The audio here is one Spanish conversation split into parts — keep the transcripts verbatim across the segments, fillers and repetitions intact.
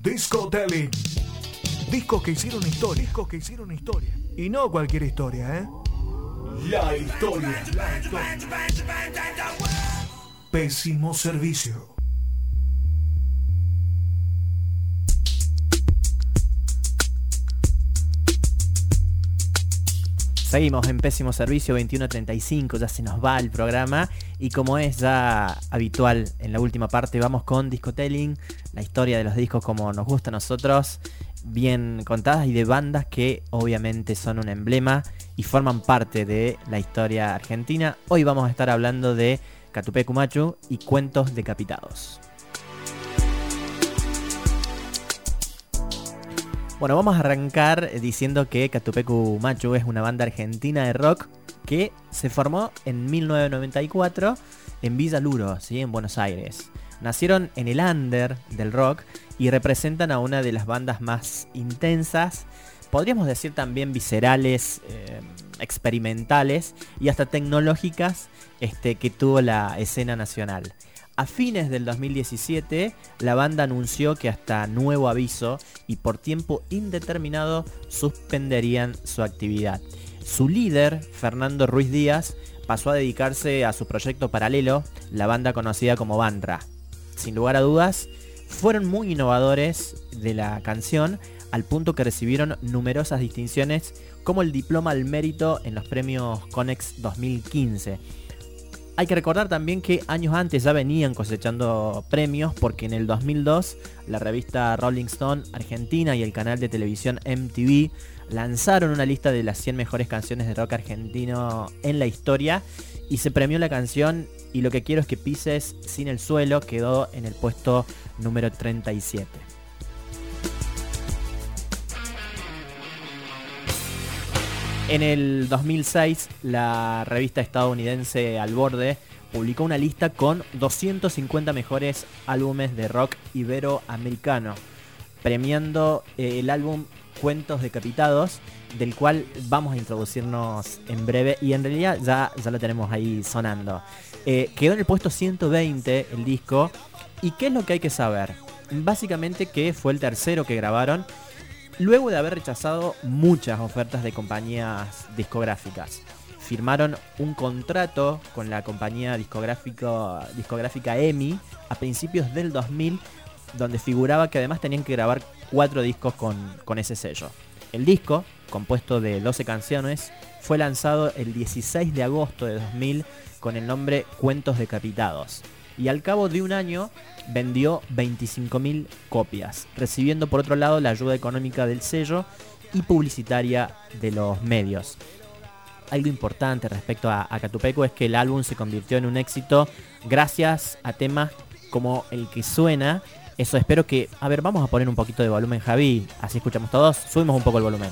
Discotelling. Discos que hicieron historia. Discos que hicieron historia. Y no cualquier historia, ¿eh? La historia. La historia. Pésimo servicio. Seguimos en Pésimo Servicio, veintiuno treinta y cinco, ya se nos va el programa y como es ya habitual en la última parte vamos con Discotelling, la historia de los discos como nos gusta a nosotros, bien contadas y de bandas que obviamente son un emblema y forman parte de la historia argentina. Hoy vamos a estar hablando de Catupecu Machu y Cuentos Decapitados. Bueno, vamos a arrancar diciendo que Catupecu Machu es una banda argentina de rock que se formó en mil novecientos noventa y cuatro en Villa Luro, ¿sí? En Buenos Aires. Nacieron en el under del rock y representan a una de las bandas más intensas, podríamos decir también viscerales, eh, experimentales y hasta tecnológicas este, que tuvo la escena nacional. A fines del dos mil diecisiete, la banda anunció que hasta nuevo aviso y por tiempo indeterminado suspenderían su actividad. Su líder, Fernando Ruiz Díaz, pasó a dedicarse a su proyecto paralelo, la banda conocida como Banra. Sin lugar a dudas, fueron muy innovadores de la canción, al punto que recibieron numerosas distinciones como el diploma al mérito en los premios Conex dos mil quince. Hay que recordar también que años antes ya venían cosechando premios porque en el dos mil dos la revista Rolling Stone Argentina y el canal de televisión M T V lanzaron una lista de las cien mejores canciones de rock argentino en la historia y se premió la canción Y lo que quiero es que pises sin el suelo, quedó en el puesto número treinta y siete. En el dos mil seis, la revista estadounidense Al Borde publicó una lista con doscientos cincuenta mejores álbumes de rock iberoamericano, premiando eh, el álbum Cuentos Decapitados, del cual vamos a introducirnos en breve y en realidad ya, ya lo tenemos ahí sonando. Eh, quedó en el puesto ciento veinte el disco. ¿Y qué es lo que hay que saber? Básicamente que fue el tercero que grabaron luego de haber rechazado muchas ofertas de compañías discográficas. Firmaron un contrato con la compañía discográfica, discográfica E M I a principios del dos mil, donde figuraba que además tenían que grabar cuatro discos con, con ese sello. El disco, compuesto de doce canciones, fue lanzado el dieciséis de agosto de dos mil con el nombre Cuentos Decapitados. Y al cabo de un año vendió veinticinco mil copias, recibiendo por otro lado la ayuda económica del sello y publicitaria de los medios. Algo importante respecto a, a Catupecu es que el álbum se convirtió en un éxito gracias a temas como el que suena. Eso espero que... A ver, vamos a poner un poquito de volumen, Javi, así escuchamos todos. Subimos un poco el volumen.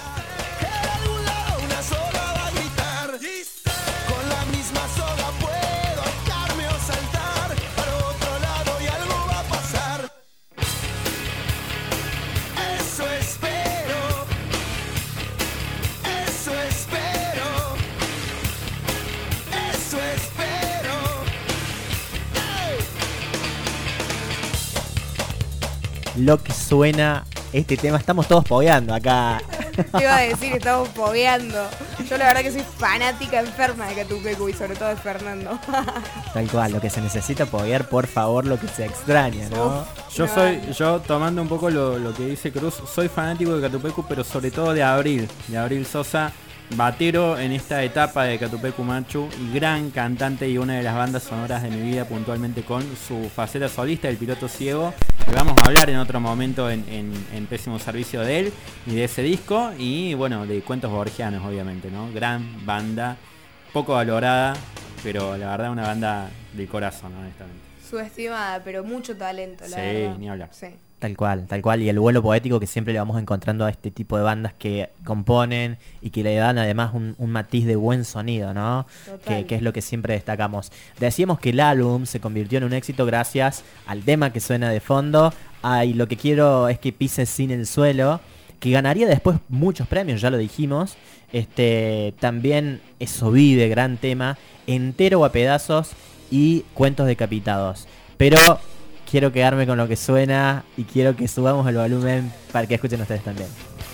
Lo que suena este tema, estamos todos pogueando acá. Te iba a decir que estamos pogueando. Yo la verdad que soy fanática enferma de Catupecu y sobre todo de Fernando. Tal cual, lo que se necesita poguear, por favor, lo que se extraña, ¿no? Uf, yo no, soy, yo tomando un poco lo, lo que dice Cruz, soy fanático de Catupecu, pero sobre todo de Abril, de Abril Sosa, batero en esta etapa de Catupecu Machu y gran cantante y una de las bandas sonoras de mi vida, puntualmente con su faceta solista, El Piloto Ciego, que vamos a hablar en otro momento en, en, en Pésimo Servicio de él y de ese disco, y bueno, de Cuentos Borgianos, obviamente, ¿no? Gran banda, poco valorada, pero la verdad una banda del corazón, honestamente. Subestimada, pero mucho talento, la sí, verdad. Sí, ni hablar. Sí. Tal cual, tal cual, y el vuelo poético que siempre le vamos encontrando a este tipo de bandas que componen y que le dan además un, un matiz de buen sonido, ¿no? Que, que es lo que siempre destacamos. Decíamos que el álbum se convirtió en un éxito gracias al tema que suena de fondo, a Y lo que quiero es que pises sin el suelo, que ganaría después muchos premios, ya lo dijimos. Este, también Eso Vive, gran tema, Entero o a pedazos y Cuentos Decapitados. Pero quiero quedarme con lo que suena y quiero que subamos el volumen para que escuchen ustedes también.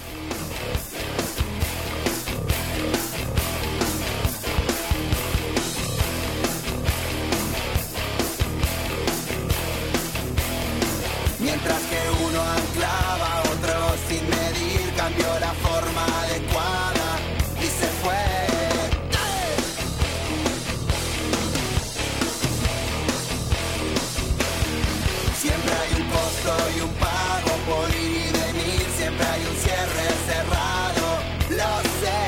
Mientras que uno anclaba, otro sin medir cambió la forma adecuada y se fue. Siempre hay un costo y un pago por ir y venir, siempre hay un cierre cerrado, lo sé.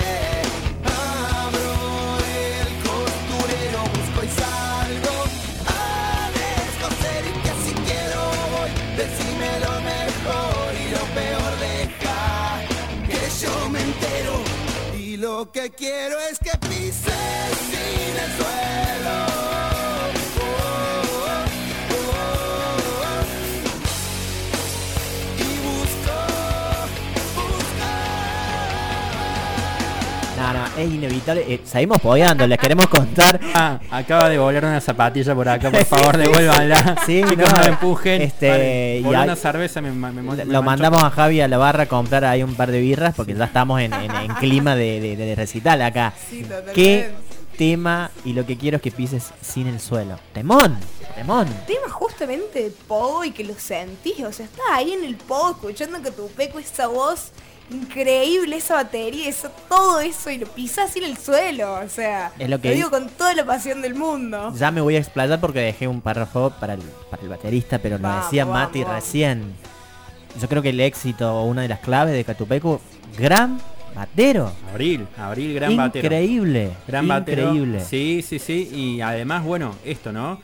Abro el costurero, busco y salgo a descoser y que si quiero voy, decime lo mejor y lo peor deja que yo me entero. Y lo que quiero es que pises sin el suelo. No, no, es inevitable. Eh, seguimos podeando, les queremos contar. Ah, acaba de volar una zapatilla por acá, por favor, devuélvanla. Sí, chicos, no, no me empujen. este, Vale, voló y hay- una cerveza, me, me, me Lo manchó. mandamos a Javi a la barra a comprar ahí un par de birras porque ya estamos en, en- en clima de, de- de recital acá. Sí, totalmente. ¿Qué tema? Y lo que quiero es que pises sin el suelo. Temón, temón. Tema justamente de pogo y que lo sentís, o sea, estás ahí en el pogo escuchando que tu peco esa voz increíble, esa batería, eso, todo eso y lo pisás así en el suelo, o sea, Es lo que lo di- digo con toda la pasión del mundo. Ya me voy a explayar porque dejé un párrafo para el, para el baterista, pero lo Vamos, decía vamos, Mati vamos. recién. Yo creo que el éxito, una de las claves de Catupecu, gran batero. Abril, Abril, gran batero. Increíble, Gran batero. increíble. Sí, sí, sí. Y además, bueno, esto, ¿no?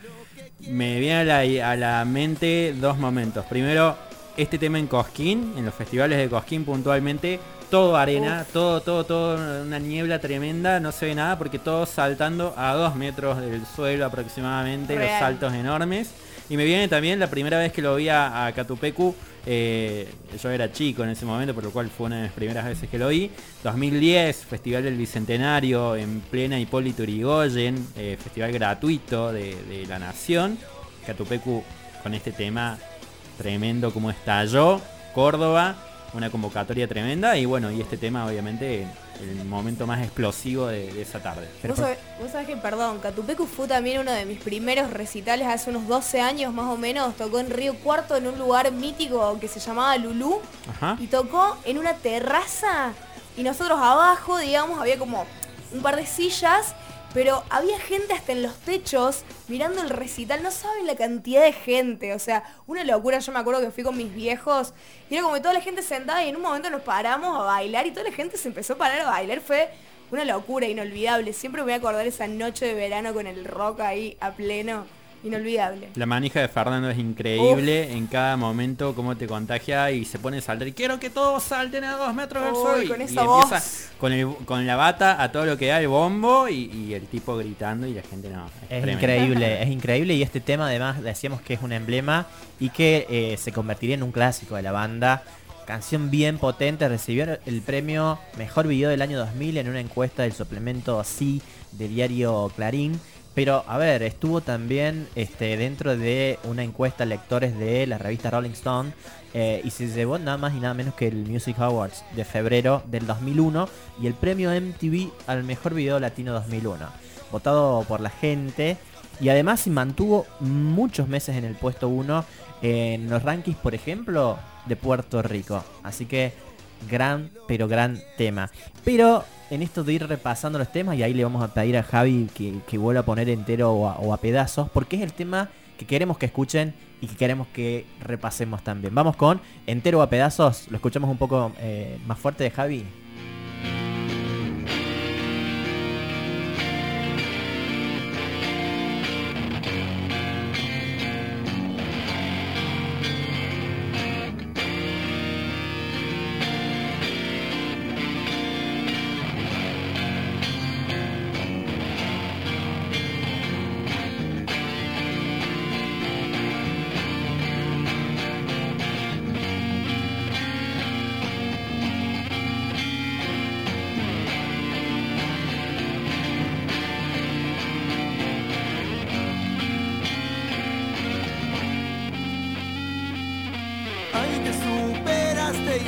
Me viene a la, a la mente dos momentos. Primero, este tema en Cosquín, en los festivales de Cosquín puntualmente, todo arena, Uf. todo, todo, todo, una niebla tremenda, no se ve nada porque todos saltando a dos metros del suelo aproximadamente, los Real. saltos enormes. Y me viene también la primera vez que lo vi a, a Catupecu, eh, yo era chico en ese momento, por lo cual fue una de las primeras veces que lo vi. dos mil diez, Festival del Bicentenario en plena Hipólito Yrigoyen, eh, festival gratuito de, de la Nación. Catupecu con este tema tremendo como estalló, Córdoba, una convocatoria tremenda y bueno, y este tema obviamente el momento más explosivo de, de esa tarde. Pero Vos sabés, vos sabés que, perdón, Catupecu fue también uno de mis primeros recitales hace unos doce años más o menos. Tocó en Río Cuarto en un lugar mítico que se llamaba Lulú. Ajá. Y tocó en una terraza. Y nosotros abajo, digamos, había como un par de sillas. Pero había gente hasta en los techos mirando el recital. No saben la cantidad de gente. O sea, una locura. Yo me acuerdo que fui con mis viejos. Y era como que toda la gente sentada y en un momento nos paramos a bailar. Y toda la gente se empezó a parar a bailar. Fue una locura, inolvidable. Siempre me voy a acordar esa noche de verano con el rock ahí a pleno. Inolvidable. La manija de Fernando es increíble, en cada momento cómo te contagia y se pone a saltar. Y quiero que todos salten a dos metros del Uy, sol. con y esa y voz. empieza con, el, con la bata a todo lo que da el bombo y, y el tipo gritando y la gente no. Es tremendo. increíble, es increíble y este tema además decíamos que es un emblema y que eh, se convertiría en un clásico de la banda. Canción bien potente, recibió el premio Mejor Video del año dos mil en una encuesta del suplemento Sí del diario Clarín. Pero, a ver, estuvo también este, dentro de una encuesta lectores de la revista Rolling Stone eh, y se llevó nada más y nada menos que el Music Awards de febrero del dos mil uno y el premio M T V al Mejor Video Latino dos mil uno. Votado por la gente y además se mantuvo muchos meses en el puesto uno en los rankings, por ejemplo, de Puerto Rico. Así que gran, pero gran tema. Pero en esto de ir repasando los temas, y ahí le vamos a pedir a Javi que, que vuelva a poner entero o a, o a pedazos, porque es el tema que queremos que escuchen y que queremos que repasemos también. Vamos con entero o a pedazos, lo escuchamos un poco eh, más fuerte de Javi.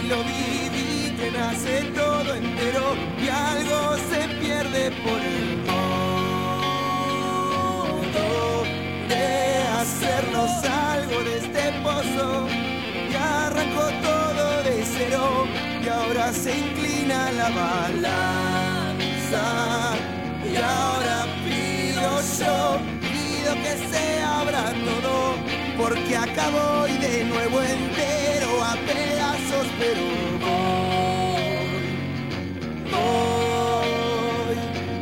y lo viví, que nace todo entero y algo se pierde por el modo de hacernos algo de este pozo. Y arrancó todo de cero y ahora se inclina la balanza. Y ahora pido yo, pido que se abra todo, porque acabo y de nuevo entero a pedazos, pero voy, voy,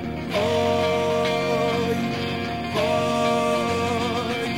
voy, voy.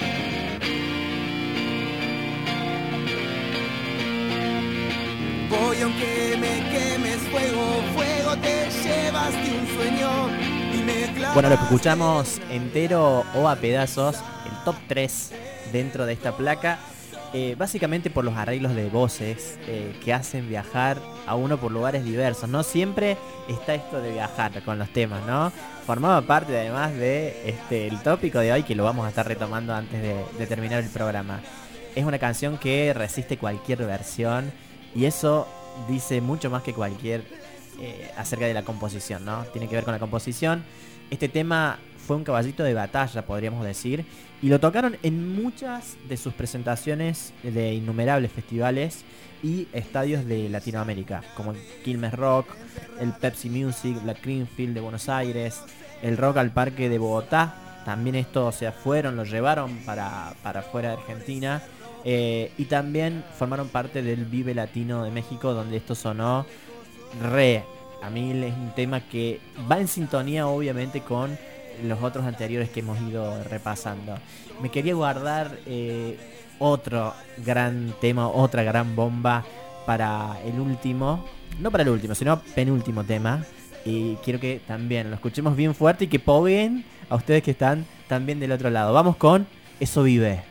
Voy aunque me quemes, fuego, fuego, te llevas de un sueño. Bueno, lo que escuchamos entero o a pedazos, el top tres dentro de esta placa, eh, básicamente por los arreglos de voces eh, que hacen viajar a uno por lugares diversos. No siempre está esto de viajar con los temas, ¿no? Formaba parte además de este, el tópico de hoy, que lo vamos a estar retomando antes de, de terminar el programa. Es una canción que resiste cualquier versión y eso dice mucho más que cualquier eh, acerca de la composición, ¿no? Tiene que ver con la composición. Este tema fue un caballito de batalla, podríamos decir, y lo tocaron en muchas de sus presentaciones de innumerables festivales y estadios de Latinoamérica, como el Quilmes Rock, el Pepsi Music, la Greenfield de Buenos Aires, el Rock al Parque de Bogotá. También esto, o sea, fueron, lo llevaron para, para fuera de Argentina, eh, y también formaron parte del Vive Latino de México, donde esto sonó re. A mí es un tema que va en sintonía obviamente con los otros anteriores que hemos ido repasando. Me quería guardar eh, otro gran tema, otra gran bomba para el último, no para el último, sino penúltimo tema. Y quiero que también lo escuchemos bien fuerte y que poguen a ustedes que están también del otro lado. Vamos con Eso Vive.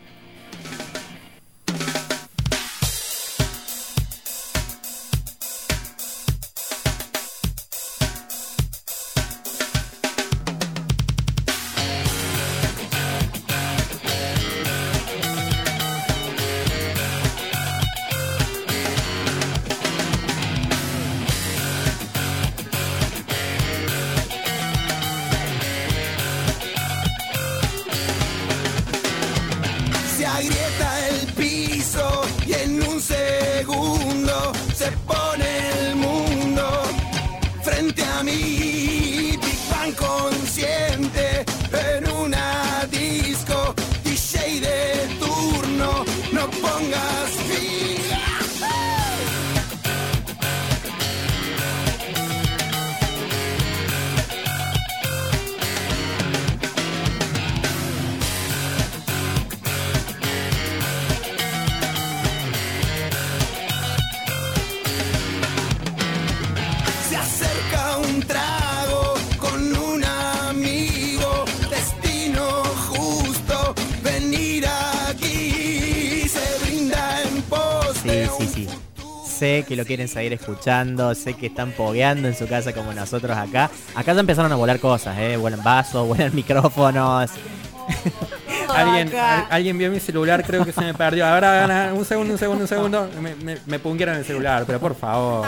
Sé que lo quieren seguir escuchando, sé que están pogueando en su casa como nosotros acá. Acá ya empezaron a volar cosas, ¿eh? Vuelan vasos, vuelan micrófonos. Alguien, a, alguien vio mi celular, creo que se me perdió. Ahora, un segundo, un segundo, un segundo. Me, me, me punguearon el celular, pero por favor.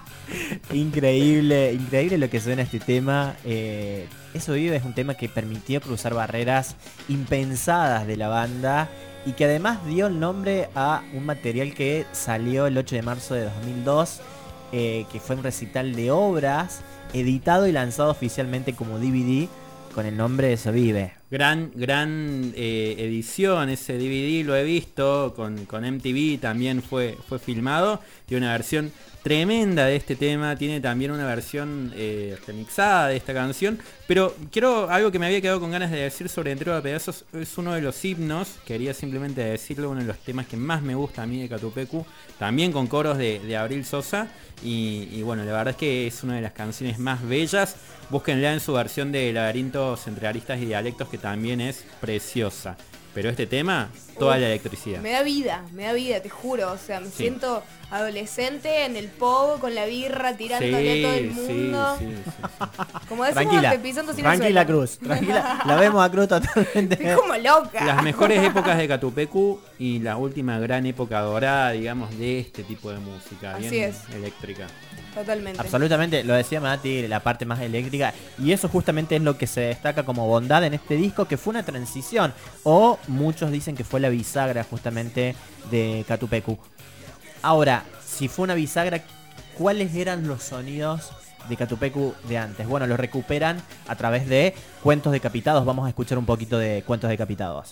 Increíble, increíble lo que suena este tema. Eh, Eso Vive es un tema que permitió cruzar barreras impensadas de la banda y que además dio el nombre a un material que salió el ocho de marzo de dos mil dos, eh, que fue un recital de obras editado y lanzado oficialmente como D V D con el nombre de Eso Vive. Gran, gran eh, edición ese D V D, lo he visto, con, con M T V también fue, fue filmado. Tiene una versión tremenda de este tema, tiene también una versión eh, remixada de esta canción. Pero quiero, algo que me había quedado con ganas de decir sobre Entero a Pedazos, es uno de los himnos, quería simplemente decirlo, uno de los temas que más me gusta a mí de Catupecu, también con coros de, de Abril Sosa. Y, y bueno, la verdad es que es una de las canciones más bellas. Búsquenla en su versión de Laberintos entre Aristas y Dialectos, que también es preciosa. Pero este tema, toda Uf, la electricidad. Me da vida, me da vida, te juro. O sea, me Sí. siento adolescente en el pogo con la birra tirándole a todo el mundo. sí, sí, sí. Como decimos, Tranquila, te pisando sin el tranquila suelo. Cruz, tranquila, la vemos a Cruz totalmente. Estoy como loca. Las mejores épocas de Catupecu y la última gran época dorada, digamos, de este tipo de música, Así bien es. eléctrica. Totalmente. Absolutamente, lo decía Mati, la parte más eléctrica, y eso justamente es lo que se destaca como bondad en este disco, que fue una transición, o muchos dicen que fue la bisagra justamente de Catupecu. Ahora, si fue una bisagra, ¿cuáles eran los sonidos de Catupecu de antes? Bueno, los recuperan a través de Cuentos Decapitados. Vamos a escuchar un poquito de Cuentos Decapitados.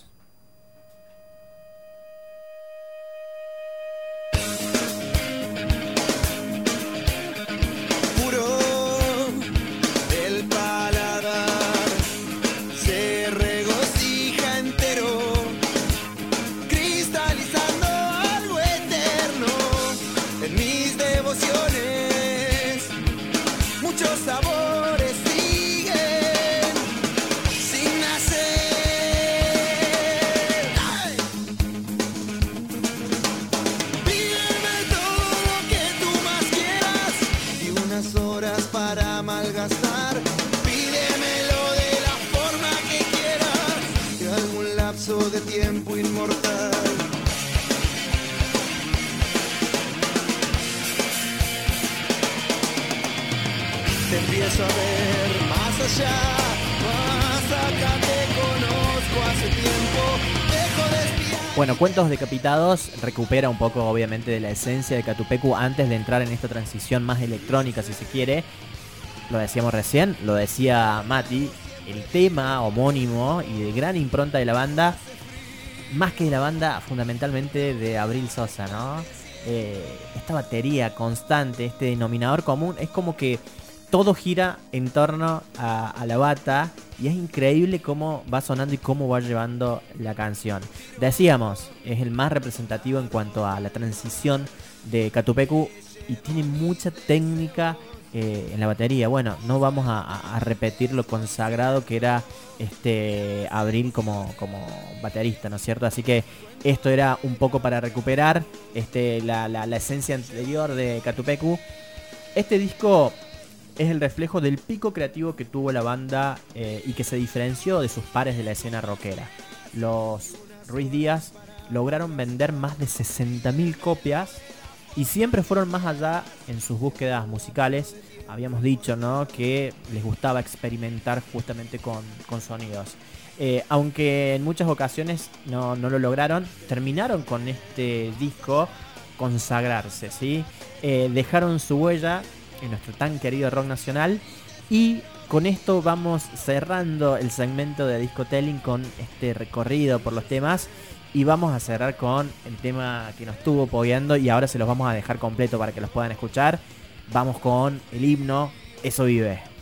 Puro del paladar se regocija entero, cristalizando algo eterno en mis devociones. Muchos sabores siguen sin nacer. ¡Ay! Pídeme todo lo que tú más quieras y unas horas para malgastar. Pídemelo de la forma que quieras, de algún lapso de tiempo inmortal. Te empiezo a ver más allá, más acá te conozco hace tiempo. Dejo de espiar. Bueno, Cuentos Decapitados recupera un poco obviamente de la esencia de Catupecu antes de entrar en esta transición más electrónica, si se quiere. Lo decíamos recién, lo decía Mati, el tema homónimo y de gran impronta de la banda, más que de la banda, fundamentalmente de Abril Sosa, ¿no? Eh, esta batería constante, este denominador común, es como que todo gira en torno a, a la bata, y es increíble cómo va sonando y cómo va llevando la canción. Decíamos, es el más representativo en cuanto a la transición de Catupecu y tiene mucha técnica eh, en la batería. Bueno, no vamos a, a- a repetir lo consagrado que era este Abril como, como baterista, ¿no es cierto? Así que esto era un poco para recuperar este, la, la- la esencia anterior de Catupecu. Este disco es el reflejo del pico creativo que tuvo la banda eh, y que se diferenció de sus pares de la escena rockera. Los Ruiz Díaz lograron vender más de sesenta mil copias y siempre fueron más allá en sus búsquedas musicales. Habíamos dicho, ¿no?, que les gustaba experimentar justamente con, con sonidos. Eh, aunque en muchas ocasiones no, no lo lograron, terminaron con este disco consagrarse, ¿sí? Eh, dejaron su huella en nuestro tan querido rock nacional, y con esto vamos cerrando el segmento de Discotelling con este recorrido por los temas, y vamos a cerrar con el tema que nos estuvo apoyando y ahora se los vamos a dejar completo para que los puedan escuchar. Vamos con el himno Eso Vive.